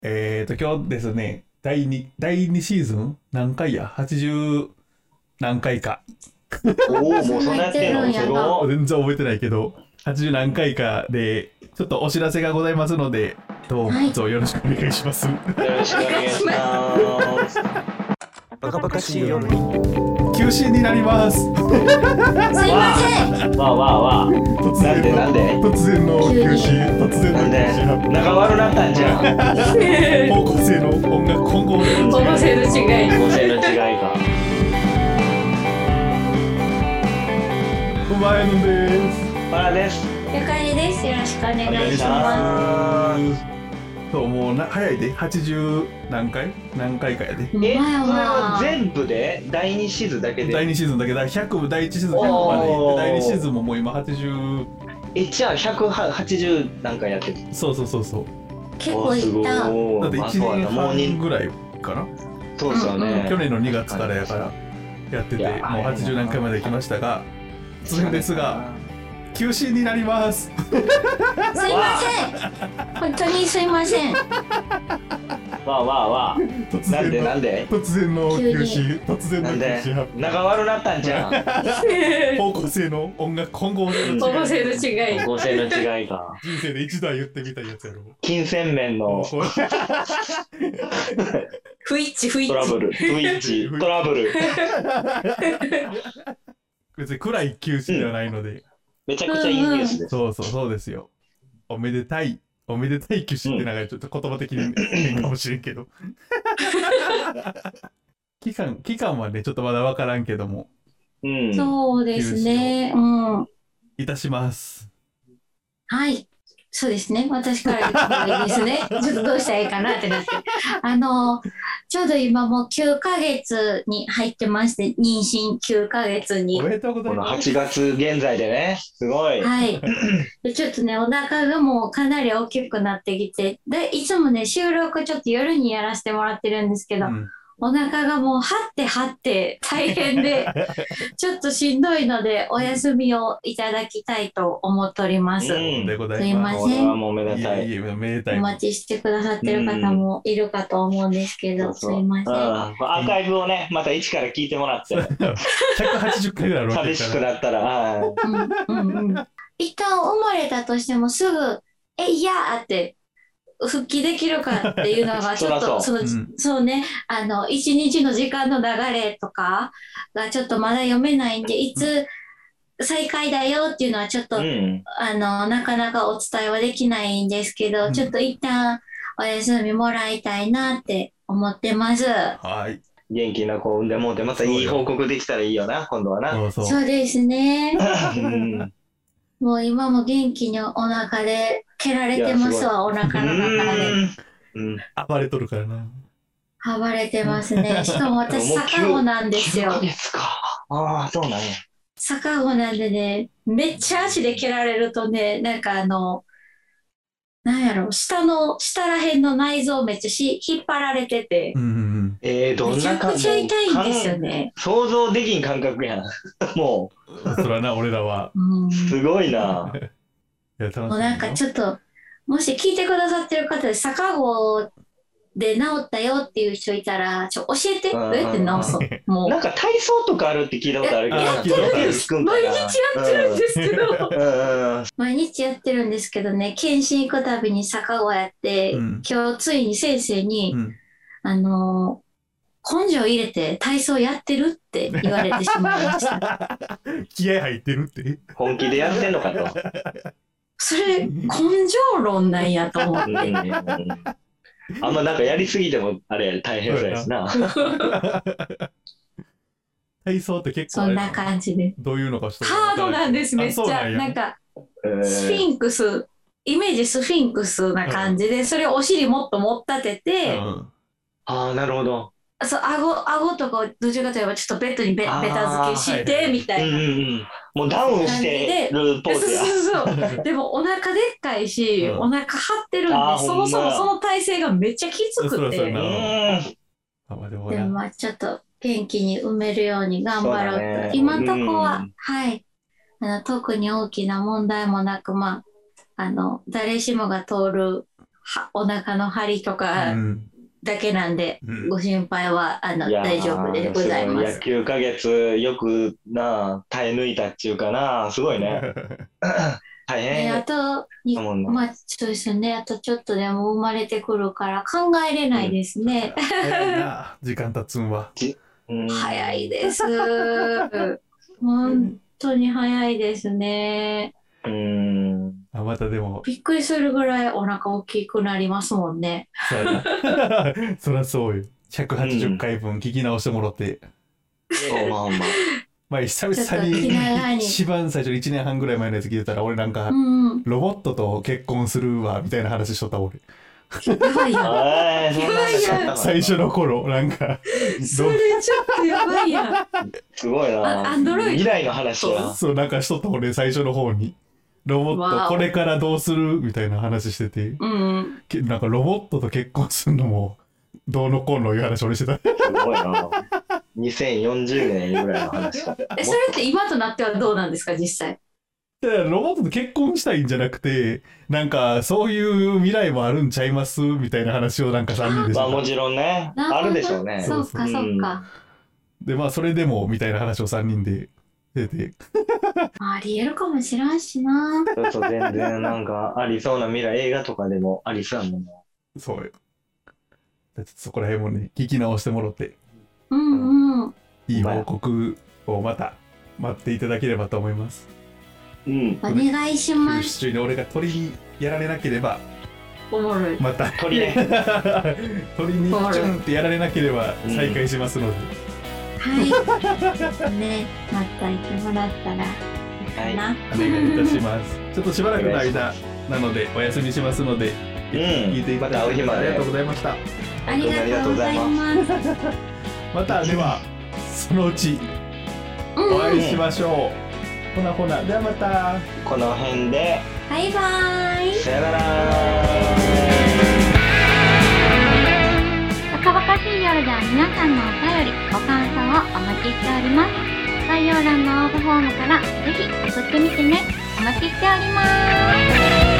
今日ですね、第2シーズン何回や？ 80 何回か。 おお、もうそんなやってんの？すご全然覚えてないけど、80何回かで、ちょっとお知らせがございますので、どうぞよろしくお願いします。 い。よろしくお願いします。 バカバカしいよね。 休止になります。 すいません。 わあわあわあ。 突なんで突然の休止、突然のなんで休止。 仲悪なったんじゃん。 方向性の音楽混合で。 方向性の違い。 個性の違いか。 お前のです。 パラです。 ゆかりです。よろしくお願お願いしいしまます。 そう、もう早いで、80何回かやで。 す。ほんまやそれはわ。 全部で第2シーズンだけで。 第2シーズンだけだ、100、第1シーズン100まで行って、第2シーズンももう今80、 じゃあ180何回やってる。 そう。 結構いった。 だって1年もう半ぐらいかな。 そうですよね。 去年の2月からやからやってて、もう80何回まで来ましたが、突然ですが、休止になります。 すいません。本当にすいません。 わあわあわあ。 突なんで然のなんで突然の休止、突然の休なんで止発仲悪なったんじゃん。 表。方向性の音楽混合で。 方向性の違い。 個性の違いか。 人生で一度は言ってみたいやつやろ。 金銭面の不一致不一トラブ致。 ル、スイッチ、トラブル。 別に暗い休止ではないので、 めちゃくちゃいいニュースです。 そうですよ。おめでたい休止ってなんかちょっと言葉的に変かもしれんけど。期間はね、ちょっとまだわからんけども、 うん。 そうですね。うん。 いたします。 はい。そうですね。私から言った方がいいですね。ちょっとどうしたらいいかなってなって。ちょうど今もう9ヶ月に入ってまして、妊娠9ヶ月に。 おめでとうござこのいます。 8月現在でね、すごい。 はい。で、ちょっとね、お腹がもうかなり大きくなってきて、で、いつもね、収録ちょっと夜にやらせてもらってるんですけど、 うんお腹がもう張って大変で、ちょっとしんどいので、お休みをいただきたいと思っております。 うんでございます。 これはもうめでたい。 めでたい。 お待ちしてくださってる方もいるかと思うんですけど、すいません。 アーカイブをね、また一から聞いてもらって、 180回ぐらいあるわけ寂しくなったら、 一旦生まれたとしてもすぐ、いやーって復帰できるかっていうのがちょっと、そうね、一日の時間の流れとかがちょっとまだ読めないんで、いつ再開だよっていうのはちょっと、なかなかお伝えはできないんですけど、ちょっと一旦お休みもらいたいなって思ってます。 はい。 元気な子産んでもうて、またいい報告できたらいいよな、今度はな。 そうですね。 うんもう今も元気にお腹で蹴られてますわ、お腹の中で。 暴れとるからな。 暴れてますね。しかも私、逆子なんですよ。 9ヶ月か。ああ、そうなんや。 逆子なんでね、めっちゃ足で蹴られるとね、なんかなんやろ、下らへんの内臓めっちゃ引っ張られてて、 どんめちゃくちゃ痛いんですよね。 想像できん感覚やん。もう。そらな、俺らは。 すごいな。 もうなんかちょっと、もし聞いてくださってる方で、逆子で治ったよっていう人いたら、教えて、どうやって治すの？もう。 なんか体操とかあるって聞いたことあるけど、 やってるんです。毎日やってるんですけど。毎日やってるんですけどね、検診行くたびに逆子やって、今日ついに先生に、根性入れて体操やってるって言われてしまいました。 気合入ってるって。 本気でやってんのかと。 それ、根性論なんやと思って。 あんまなんかやりすぎてもあれ大変そうやしな。 体操って結構そんな感じで。 どういうのかハードなんです、めっちゃ。なんか、スフィンクス、イメージスフィンクスな感じで、それをお尻もっと持ったてて、 ああ、なるほど。 そう、顎とかをどちらかといえばちょっとベッドにベタ付けして、みたいな。 もうダウンしてるポーズや。 そう。でもお腹でっかいし、お腹張ってるんで、そもそもその体勢がめっちゃきつくて。でもまあちょっと元気に産めるように頑張ろうと。今んとこは、はい。特に大きな問題もなく、まあ、誰しもが通るお腹の張りとうかんだけなんで、 うんご心配はいやー大丈夫でございます。 9ヶ月よく耐え抜いたっていうかな、すごいね。大変。 あとにだもんなまあそうですよね。あとちょっとでも生まれてくるから考えれないですね。 早いな時間経つんは。 早いです。本当に早いですね。 あまたでもびっくりするぐらいお腹大きくなりますもんね。 そうやなそりゃそうよ。180回分聞き直してもらって、まあ久々 ちょっと気長にに一番最初1年半ぐらい前のやつ聞いてたら俺なんか、 うん、 ロボットと結婚するわみたいな話しとった俺。 やばいやん。 最初の頃なんかそれちょっとやばいやん。 すごいな。 アンドロイド未来の話や。 そうなんかしとった俺最初の方にロボットこれからどうするみたいな話してて、なんかロボットと結婚するのもどうのこうのいう話俺してた。 すごいな。2040年ぐらいの話だ。 それって今となってはどうなんですか実際。 ロボットと結婚したいんじゃなくてなんかそういう未来もあるんちゃいますみたいな話をなんか3人でしてた。 もちろんねあるでしょうね。 そうかそうか。 でまあそれでもみたいな話を3人で出てありえるかもしらんしな。 そう全然なんかありそうな未来、映画とかでもありそうやもんな。 そうよ。だってそこら辺もね聞き直してもらっていい報告をまた待っていただければと思います。 お願いします。 週に俺が鳥にやられなければおもろい。 また鳥ね鳥にチュンってやられなければ再開しますので、 はいね、またいてもらったらいいかな、 お願いいたしますちょっとしばらくの間なのでお休みしますので、聞いていただいてありがとうございました。 ありがとうございます。 またではそのうちお会いしましょう。ほなほな、ではまたこの辺でバイバイ。 さよなら。 バカバカしい夜では皆さんのお便り、ご感想をお待ちしております。概要欄の応募フォームからぜひ送ってみてね。お待ちしております。